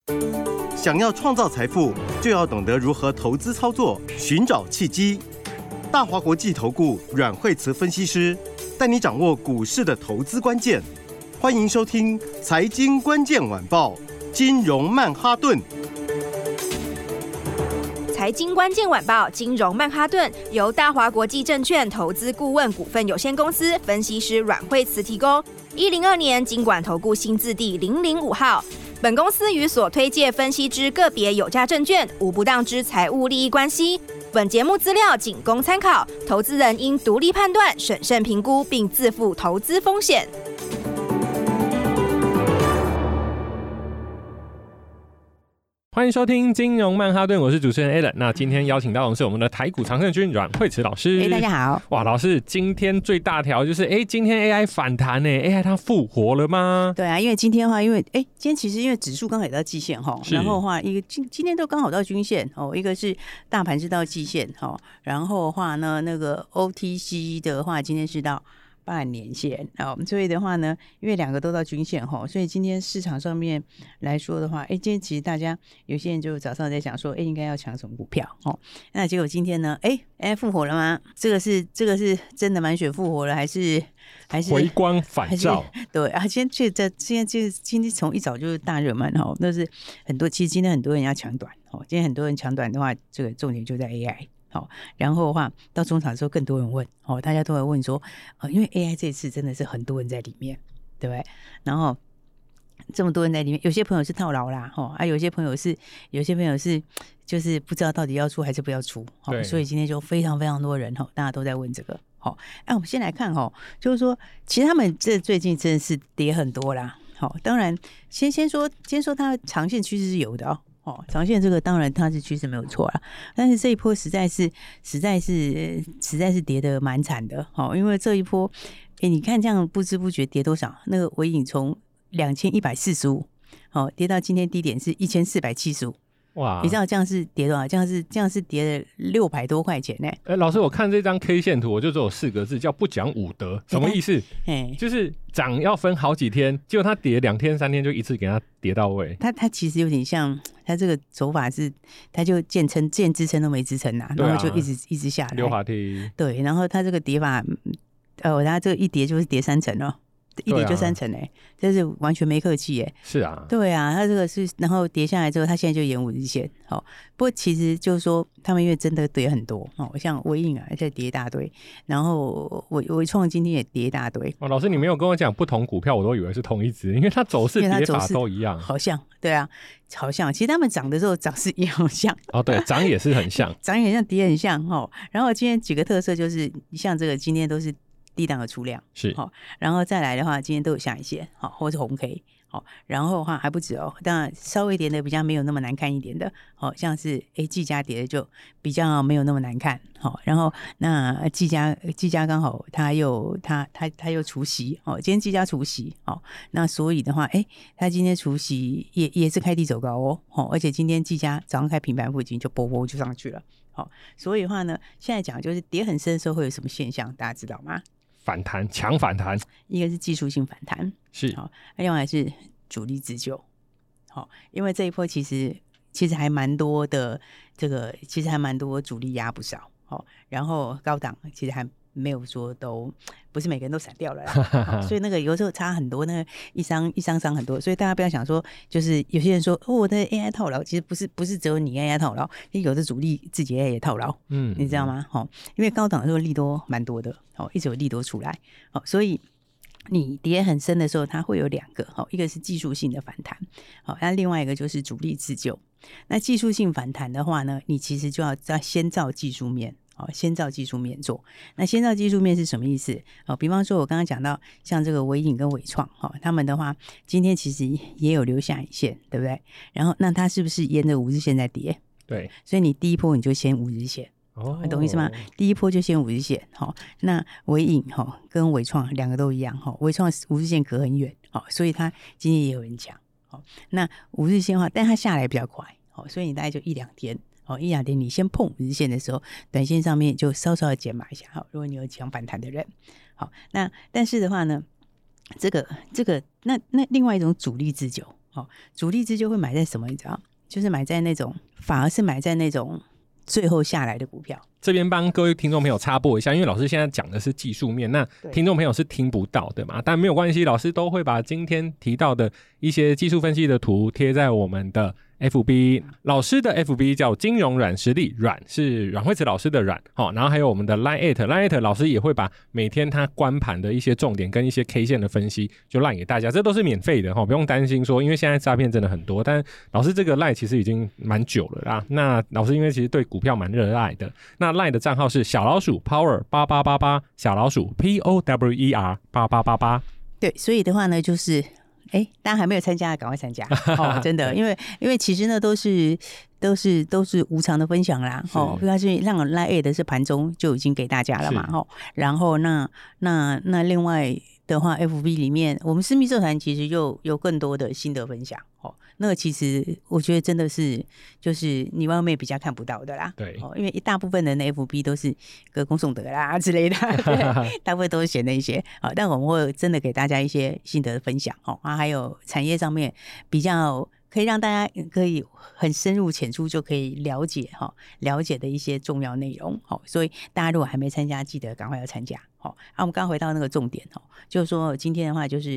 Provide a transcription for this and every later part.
想要创造财富，就要懂得如何投资操作，寻找契机。大华国际投顾阮惠慈分析师带你掌握股市的投资关键。欢迎收听《财经关键晚报》金融曼哈顿。 财经关键晚报金融曼哈顿由大华国际证券投资顾问股份有限公司分析师阮惠慈提供。102年金管投顾新字第005号。本公司与所推介分析之个别有价证券无不当之财务利益关系。本节目资料仅供参考，投资人应独立判断、审慎评估，并自负投资风险。 欢迎收听金融曼哈顿，我是主持人 Alan。那今天邀请到的是我们的台股常胜军阮惠慈老师。 大家好。 哇，老师，今天最大条就是今天 AI 反弹呢，AI 它复活了吗？ 对啊，因为今天的话，今天其实因为指数刚好也到季线哈，然后的话一个今天都刚好到均线哦，一个是大盘是到季线哈，然后的话呢，那个 OTC 的话今天是到半年线哦，所以的话呢，因为两个都到均线哈，所以今天市场上面来说的话，今天其实大家有些人就早上在想说，应该要抢什么股票哦，那结果今天呢，复活了吗？这个是真的满血复活了，还是回光返照？ 对啊，今天从一早就是大热门哈，那是很多，其实今天很多人要抢短哦，今天很多人抢短的话，这个重点就在 AI。好，然后的话到中场的时候更多人问哦，大家都会问说，因为 AI 这次真的是很多人在里面，对不对？然后这么多人在里面，有些朋友是套牢啦，有些朋友是就是不知道到底要出还是不要出，所以今天就非常非常多人大家都在问这个。好，我们先来看就是说，其实他们这最近真的是跌很多啦。好，当然先说它的长线趋势是有的长线这个当然它是趋势没有错啦，但是这一波实在是跌得蛮惨的因为这一波你看这样不知不觉跌多少，那个微影从2145跌到今天低点是1475。哇！你知道这样是跌多少？这样是跌了600多块钱呢。 老师，我看这张 K 线图，我就只有4个字，叫不讲武德，什么意思？就是涨要分好几天，结果它跌2天3天就一次给它跌到位。 它其实有点像，它这个走法是，它就见支撑都没支撑然后就一直下来溜滑梯。对， 然后它这个跌法，它这个一跌就是跌3层了。一跌就3层这是完全没客气是啊， 对啊，它这个是，然后跌下来之后，它现在就沿5日线。不过其实就是说，他们因为真的跌很多像微影在跌一大堆，然后微创今天也跌一大堆。 老师，你没有跟我讲不同股票，我都以为是同一只，因为它走势跌法都一样， 好像对啊，好像。其实他们涨的时候涨势也好像对，涨也是很像， 涨也很像，跌很像然后今天几个特色就是，像这个今天都是低档的出量是然后再来的话，今天都有下影线或是红 K 然后的话还不止当然稍微跌的比较没有那么难看一点的像是技嘉跌的就比较没有那么难看然后那技嘉刚好他又除息今天技嘉除息那所以的话他今天除息也是开低走高而且今天技嘉早上开平盘附近就波就上去了所以的话呢，现在讲就是跌很深的时候会有什么现象，大家知道吗？ 反弹，强反弹， 一个是技术性反弹， 是另外是主力自救。因为这一波其实还蛮多的，其实还蛮多主力压不少然后高档其实还没有说都不是每个人都闪掉了啦所以那个有时候差很多，那个一伤很多，所以大家不要想说，就是有些人说我的 AI 套牢，其实不是只有你 AI 套牢，有的主力自己 AI 也套牢，你知道吗？因为高档的时候利多蛮多的一直有利多出来所以你跌很深的时候，它会有2个一个是技术性的反弹那另外一个就是主力自救。那技术性反弹的话呢，你其实就要先照技术面先照技术面做。那先照技术面是什么意思比方说我刚刚讲到像这个微影跟伟创他们的话今天其实也有留下影线，对不对？然后那它是不是沿着5日线在跌？ 对， 所以你第一波你就先5日线你懂意思吗？第一波就先5日线那微影跟伟创2个都一样伟创5日线隔很远所以它今天也有人抢那5日线的话，但它下来比较快所以你大概就1-2天1-2天你先碰5日线的时候，短线上面就稍稍的减码一下如果你有抢反弹的人那但是的话呢，这个那另外一种主力自救主力资就会买在什么？你知道，就是买在那种，反而是买在那种最后下来的股票。 这边帮各位听众朋友插播一下，因为老师现在讲的是技术面，那听众朋友是听不到的嘛，但没有关系，老师都会把今天提到的一些技术分析的图贴在我们的FB， 老师的 FB 叫金融软实力，软是阮惠慈老师的软，然后还有我们的 Line@ 老师也会把每天他观盘的一些重点跟一些 K 线的分析就 Line 给大家，这都是免费的，不用担心说，因为现在诈骗真的很多，但老师这个 Line 其实已经蛮久了啦。那老师因为其实对股票蛮热爱的，那 Line 的账号是小老鼠 Power 8888，小老鼠 POWER 8888。 对，所以的话呢，就是大家还没有参加的赶快参加真的，因为其实呢都是无偿的分享啦但是让Line的是盘中就已经给大家了嘛然后那另外的话 FB 里面我们私密社团其实就有更多的心得分享那个其实我觉得真的是就是你外面比较看不到的啦， 对因为一大部分人的 FB 都是歌功颂德啦之类的对，大部分都是写那些但我们会真的给大家一些心得的分享还有产业上面比较可以让大家可以很深入浅出就可以了解的一些重要内容所以大家如果还没参加记得赶快要参加我们刚回到那个重点就是说今天的话就是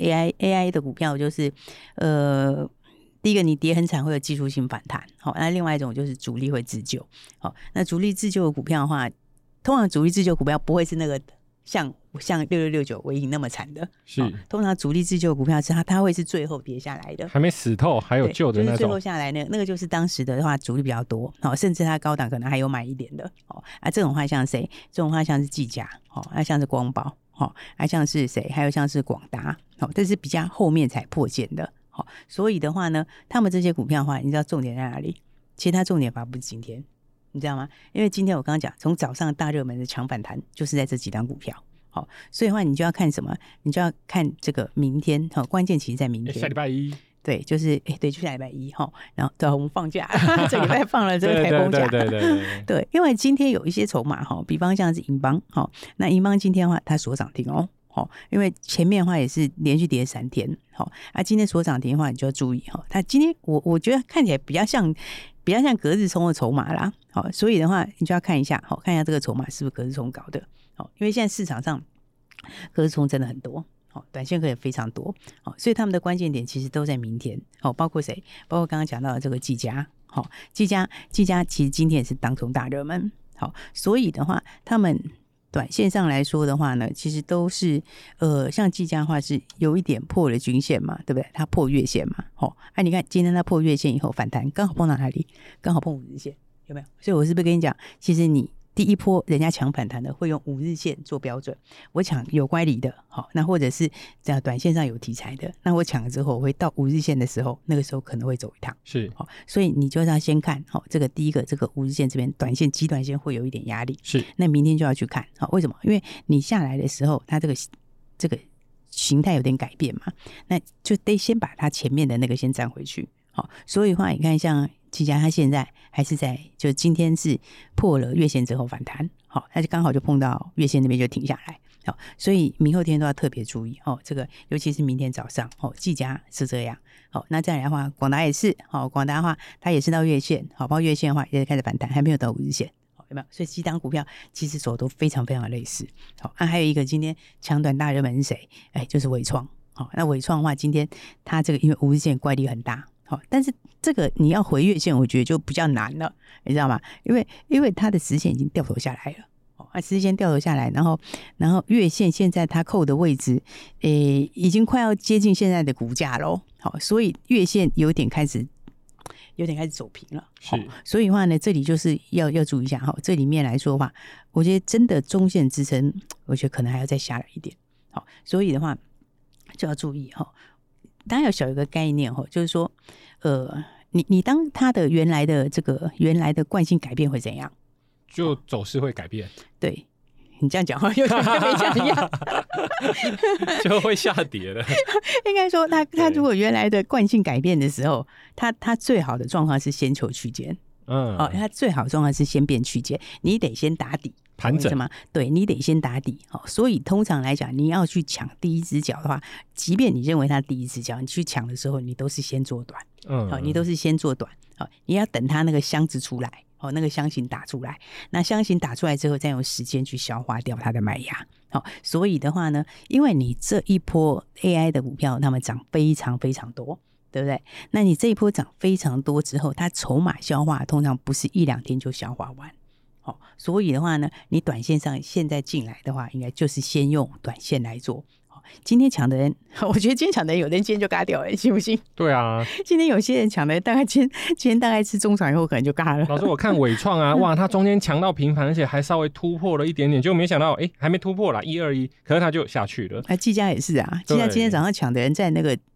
AI 的股票就是第一个你跌很惨会有技术性反弹那另外一种就是主力会自救那主力自救的股票的话通常主力自救股票不会是那个像6669微盈那么惨的， 是通常主力自救的股票是它会是最后跌下来的， 还没死透还有救的那种， 就是最后下来那个就是当时的话主力比较多甚至它高档可能还有买一点的这种话像谁？这种话像是技嘉像是光宝像是谁？还有像是广达这是比较后面才破线的所以的话呢他们这些股票的话你知道重点在哪里？其实它重点反而不是今天，你知道吗？因为今天我刚刚讲从早上大热门的强反弹就是在这几档股票所以的话你就要看什么？你就要看这个明天关键其实在明天下礼拜一， 对，就是对，就下礼拜一然后对，我们放假这礼拜放了这个台风假对，因为今天有一些筹码比方像是银邦那银邦今天的话它锁涨停因为前面的话也是连续跌3天今天锁涨停的话你就要注意它今天我觉得看起来比较像隔日冲的筹码啦所以的话你就要看一下这个筹码是不是隔日冲搞的因为现在市场上隔日冲真的很多短线客也非常多所以他们的关键点其实都在明天包括谁？包括刚刚讲到的这个技嘉技嘉其实今天也是当冲大热门所以的话他们短线上来说的话呢其实都是像技嘉的话是有一点破了均线嘛，对不对？它破月线嘛你看今天它破月线以后反弹刚好碰到哪里？刚好碰5日线，有没有？所以我是不是跟你讲其实你第一波人家抢反弹的会用5日线做标准，我抢有乖离的那或者是在短线上有题材的，那我抢了之后我会到5日线的时候那个时候可能会走一趟， 是所以你就要先看这个第一个这个5日线这边短线极短线会有一点压力， 是那明天就要去看为什么？因为你下来的时候它这个形态有点改变嘛，那就得先把它前面的那个先站回去所以的话你看像技嘉它现在还是在就今天是破了月线之后反弹它就刚好就碰到月线那边就停下来所以明后天都要特别注意这个尤其是明天早上技嘉是这样那再来的话广达也是广达的话它也是到月线包括月线的话也是开始反弹，还没有到5日线有没有？所以几档股票其实走都非常非常的类似还有一个今天强短大热门是谁？就是伟创那伟创的话今天它这个因为5日线怪力很大但是这个你要回月线我觉得就比较难了，你知道吗？因为它的时线已经掉头下来了时线掉头下来，然后月线现在它扣的位置已经快要接近现在的股价咯所以月线有点开始走平了是所以的话呢这里就是要注意一下这里面来说的话我觉得真的中线支撑我觉得可能还要再下来一点所以的话就要注意当然要小一个概念就是说你当它的原来的惯性改变会怎样？ 就走势会改变。对， 你这样讲话有点跟没讲一样就会下跌了应该说它如果原来的惯性改变的时候它最好的状况是先求区间它最好状况是先变区间，你得先打底。 盘整吗？对，你得先打底。所以通常来讲，你要去抢第一只脚的话，即便你认为它第一只脚，你去抢的时候，你都是先做短。你都是先做短。你要等它那个箱子出来，那个箱型打出来，那箱型打出来之后，再用时间去消化掉它的卖压。所以的话呢，因为你这一波 AI 的股票，它们涨非常非常多。对不对？那你这一波涨非常多之后，它筹码消化通常不是1-2天就消化完。所以的话呢，你短线上现在进来的话，应该就是先用短线来做。今天抢的人，我觉得今天抢的人有的人今天就嘎掉了，信不信？ 对啊， 今天有些人抢的大概今天大概吃中场以后可能就嘎了。 老师，我看伟创啊，哇，它中间强到平盘，而且还稍微突破了一点点，就没想到还没突破啦121，可是它就下去了。 技嘉也是啊，技嘉今天早上抢的人在那个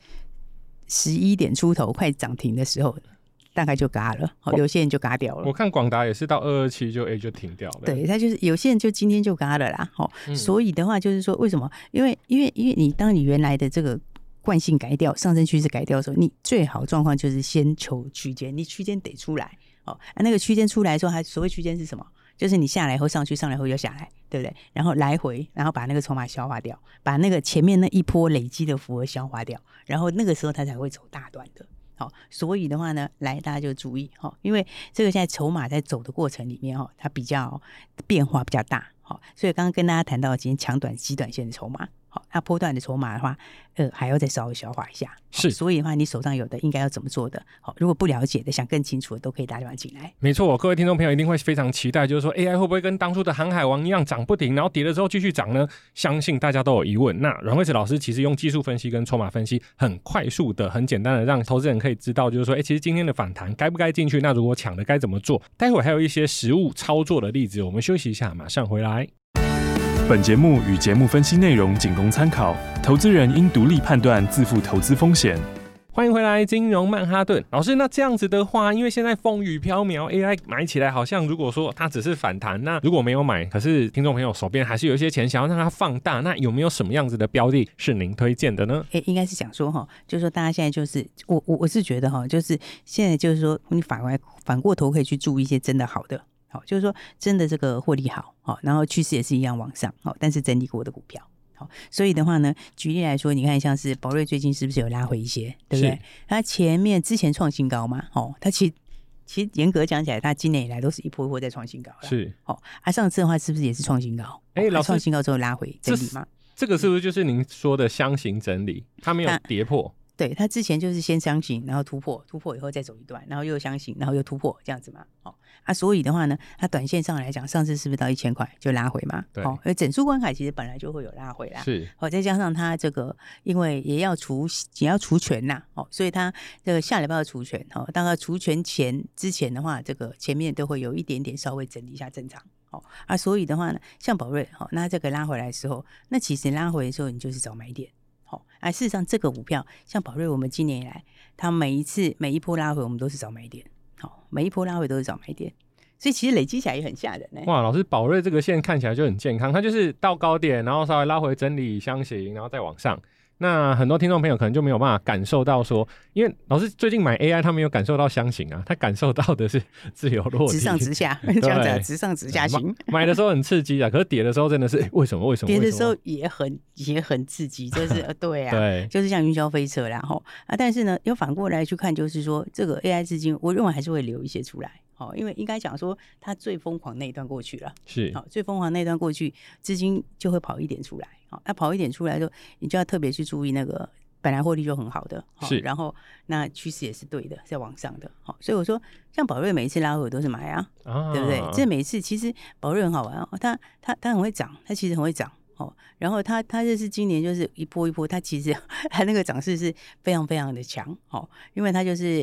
11点出头快涨停的时候，大概就嘎了，有些人就嘎掉了。 我看广达也是到227就停掉了。 对，他就是有些人就今天就嘎了啦。所以的话就是说，为什么？因为你当你原来的这个惯性改掉，上升趋势改掉的时候，你最好状况就是先求区间，你区间得出来。那个区间出来之后，它所谓区间是什么？就是你下来后上去，上来后又下来，对不对？然后来回，然后把那个筹码消化掉，把那个前面那一波累积的幅额消化掉，然后那个时候它才会走大段的。所以的话呢，来大家就注意，因为这个现在筹码在走的过程里面，它比较变化比较大，所以刚刚跟大家谈到今天强短极短线的筹码，那波段的筹码的话，还要再稍微消化一下。 是， 所以的话，你手上有的应该要怎么做的？如果不了解的，想更清楚的，都可以打电话进来。 没错，各位听众朋友一定会非常期待，就是说 AI 会不会跟当初的航海王一样涨不停，然后跌了之后继续涨呢？相信大家都有疑问。那阮惠慈老师其实用技术分析跟筹码分析，很快速的、很简单的让投资人可以知道，就是说，其实今天的反弹该不该进去？那如果抢了该怎么做？待会还有一些实务操作的例子，我们休息一下，马上回来。 本节目与节目分析内容仅供参考，投资人应独立判断，自负投资风险。 欢迎回来，金融曼哈顿老师。那这样子的话，因为现在风雨飘渺 ，AI 买起来好像如果说它只是反弹，那如果没有买，可是听众朋友手边还是有一些钱想要让它放大，那有没有什么样子的标的是您推荐的呢？ 应该是讲说就是说大家现在就是我是觉得就是现在就是说你反过头可以去注意一些真的好的。就是说真的这个获利好，然后趋势也是一样往上，但是整理过的股票。所以的话呢，举例来说，你看像是宝瑞最近是不是有拉回一些，对不对？它之前创新高嘛，它其实严格讲起来，它今年以来都是一波一波在创新高了。 是上次的话是不是也是创新高？ 老师创新高之后拉回整理吗？ 这个是不是就是您说的箱型整理？它没有跌破。 对，它之前就是先箱型，然后突破以后再走一段，然后又箱型，然后又突破这样子嘛。所以的话呢，它短线上来讲，上次是不是到1000块就拉回嘛？ 对， 因为整数关卡其实本来就会有拉回啦。 是， 再加上它这个，因为也要除权呐，所以它这个下礼拜要除权，大概除权之前的话，这个前面都会有一点点稍微整理一下正常。所以的话呢，像宝瑞，那这个拉回来的时候，那其实拉回的时候，你就是找买点。事实上这个股票像宝瑞，我们今年以来，它每一波拉回，我们都是找买点。每一波拉回都是找买点，所以其实累积起来也很吓人呢。 哇，老师，宝瑞这个线看起来就很健康，它就是到高点，然后稍微拉回整理箱型，然后再往上。那很多听众朋友可能就没有办法感受到说，因为老师最近买 AI， 他没有感受到箱型啊，他感受到的是自由落体， 直上直下，这样子，直上直下型。 买的时候很刺激啊，可是跌的时候真的是为什么？ 跌的时候也很刺激，就是对啊， 对， 就是像云霄飞车啦但是呢，要反过来去看，就是说这个 AI 资金，我认为还是会留一些出来。因为应该讲说，它最疯狂那一段过去了， 是最疯狂那一段过去，资金就会跑一点出来。那跑一点出来之后，你就要特别去注意那个本来获利就很好的， 是， 然后那趋势也是对的，在往上的。所以我说，像宝瑞每一次拉回都是买啊，对不对？这每一次其实宝瑞很好玩它很会涨，它其实很会涨。然后它就是今年就是一波一波，它其实它那个涨势是非常非常的强，因为它就是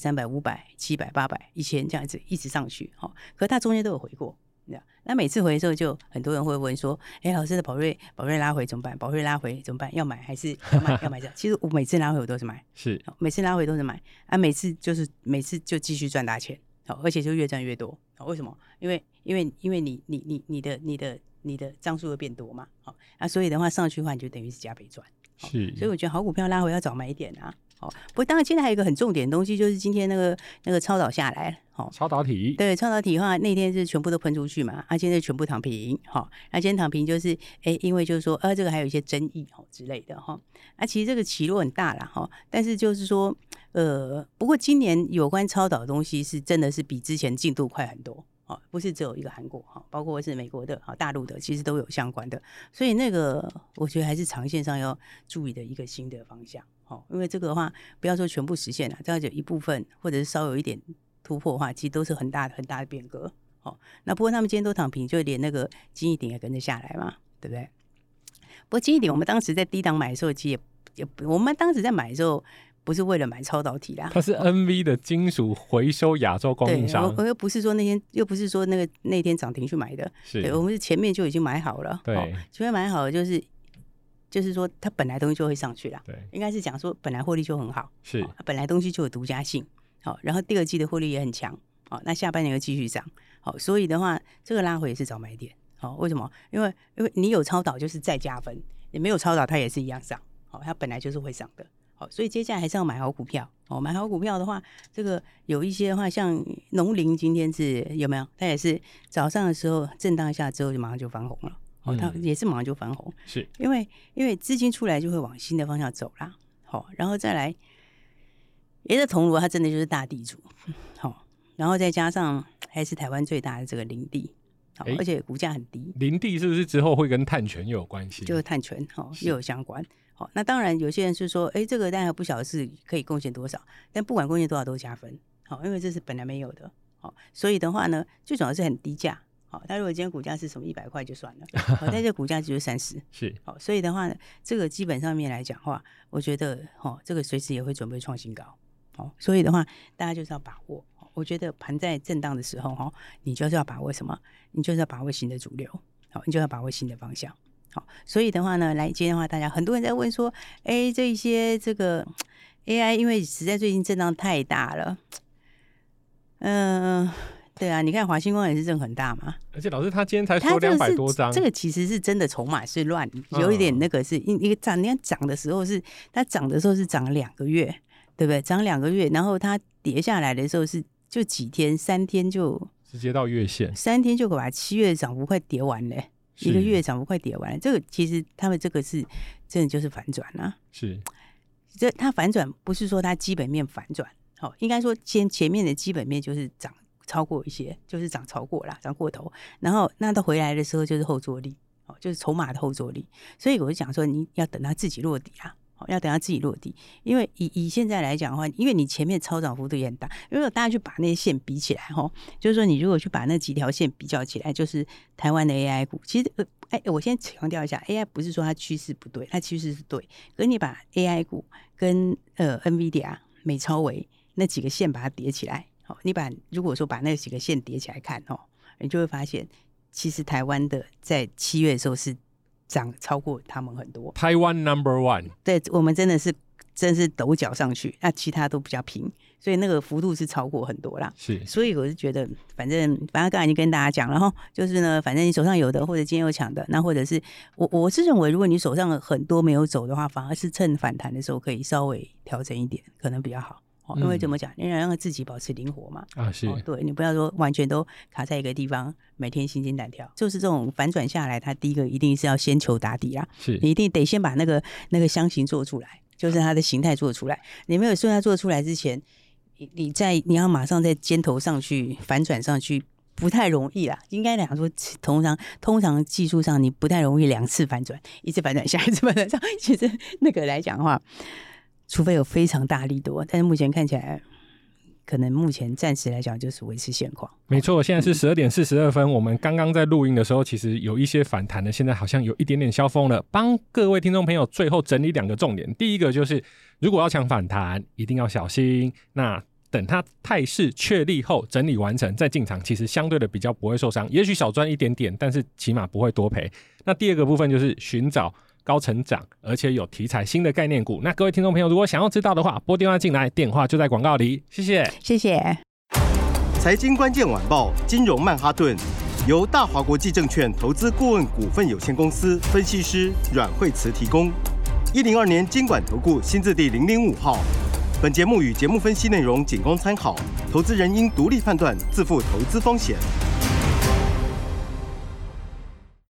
200、300、500、700、800、1000这样子一直上去，可是它中间都有回过。那每次回的时候，就很多人会问说：“老师的宝瑞拉回怎么办？宝瑞拉回怎么办？要买还是要买这样？”其实我每次拉回我都是买， 是每次拉回都是买啊，每次就继续赚大钱，而且就越赚越多。为什么？因为你的张数会变多嘛，所以的话上去的话，你就等于是加倍赚。 是， 所以我觉得好股票拉回要找买点啊。 不过当然现在还有一个很重点的东西，就是今天那个超导下来了， 超导体， 对，超导体的话，那天是全部都喷出去嘛，现在全部躺平，那今天躺平就是因为就是说这个还有一些争议之类的其实这个起落很大啦但是就是说不过今年有关超导的东西是真的是比之前进度快很多。不是只有一个韩国包括是美国的大陆的，其实都有相关的，所以那个我觉得还是长线上要注意的一个新的方向因为这个的话不要说全部实现了，这样就一部分或者是稍有一点突破的话，其实都是很大的变革那不过他们今天都躺平，就连那个金益鼎也跟着下来嘛，对不对？不过金益鼎我们当时在低档买的时候，其实也我们当时在买的时候不是为了买超导体啦， 它是 NV 的金属回收亚洲供应商。 我又不是说那天涨停去买的，对，我们是前面就已经买好了。 对， 前面买好了就是说它本来东西就会上去啦。 对， 应该是讲说本来获利就很好， 是本来东西就有独家性，然后第二季的获利也很强，那下半年又继续涨，所以的话这个拉回也是早买点。为什么？因为你有超导就是再加分，你没有超导它也是一样上，它本来就是会上的。所以接下来还是要买好股票买好股票的话，这个有一些的话，像农林今天是有没有？它也是早上的时候震荡一下之后就马上就翻红了，它也是马上就翻红， 是因为资金出来就会往新的方向走啦，然后再来，这铜锣它真的就是大地主，然后再加上还是台湾最大的这个林地，而且股价很低， 林地是不是之后会跟碳权又有关系？ 就是碳权又有相关。那当然有些人是说这个当然不晓得是可以贡献多少，但不管贡献多少都加分，因为这是本来没有的，所以的话呢最主要是很低价，他如果今天股价是什么100块就算了，但这股价就是30， 是所以的话呢这个基本上面来讲的话，我觉得这个随时也会准备创新高，所以的话大家就是要把握，我觉得盘在震荡的时候你就是要把握什么？你就是要把握新的主流，你就要把握新的方向。所以的话呢，来今天的话，大家很多人在问说，这一些这个 AI， 因为实在最近震荡太大了，对啊，你看华星光也是震很大嘛， 而且老师他今天才说200多张， 这个其实是真的筹码是乱，有一点那个是一个涨，你看涨的时候是它涨的时候是涨了2个月，对不对？涨2个月，然后它跌下来的时候是就几天，3天就直接到月线 ，3天就把7月涨幅快跌完了。1个月涨幅快跌完了，这个其实他们这个是真的就是反转啊， 是它反转不是说它基本面反转，应该说前面的基本面就是涨超过一些，就是涨超过啦，涨过头，然后那它回来的时候就是后坐力，就是筹码的后坐力，所以我就讲说你要等它自己落底啊。要等它自己落地，因为以现在来讲的话，因为你前面超涨幅度也很大，如果大家去把那些线比起来就是说你如果去把那几条线比较起来，就是台湾的 AI 股，其实我先强调一下 ，AI 不是说它趋势不对，它趋势是对，可是你把 AI 股跟NVIDIA、美超微那几个线把它叠起来，你如果说把那几个线叠起来看你就会发现，其实台湾的在7月的时候是涨超过他们很多， 台湾 No.1， 对，我们真是抖脚上去，那其他都比较平，所以那个幅度是超过很多啦。 是， 所以我是觉得，反正刚才已经跟大家讲了就是呢，反正你手上有的，或者今天有抢的，那或者是我是认为，如果你手上很多没有走的话，反而是趁反弹的时候可以稍微调整一点，可能比较好。因为怎么讲，你让自己保持灵活嘛。 是， 对，你不要说完全都卡在一个地方，每天心惊胆跳。就是这种反转下来，它第一个一定是要先求打底啦。 是， 你一定得先把那个箱型做出来，就是它的形态做出来。你没有顺它做出来之前，你要马上在尖头上去反转上去，不太容易啦。应该讲说，通常技术上你不太容易2次反转，一次反转下，一次反转上。其实那个来讲的话，除非有非常大力多，但是目前看起来，可能目前暂时来讲就是维持现况。 没错，现在是12点42分，我们刚刚在录音的时候，其实有一些反弹的，现在好像有一点点消风了。帮各位听众朋友最后整理2个重点，第一个就是，如果要抢反弹，一定要小心。那等它态势确立后，整理完成再进场，其实相对的比较不会受伤，也许小赚一点点，但是起码不会多赔。那第二个部分就是寻找高成长而且有题材新的概念股。那各位听众朋友如果想要知道的话，拨电话进来，电话就在广告里。谢谢， 谢谢。 财经关键晚报金融曼哈顿由大华国际证券投资顾问股份有限公司分析师阮惠慈提供。1022年金管投顾新字第005号。 本节目与节目分析内容仅供参考，投资人应独立判断，自负投资风险。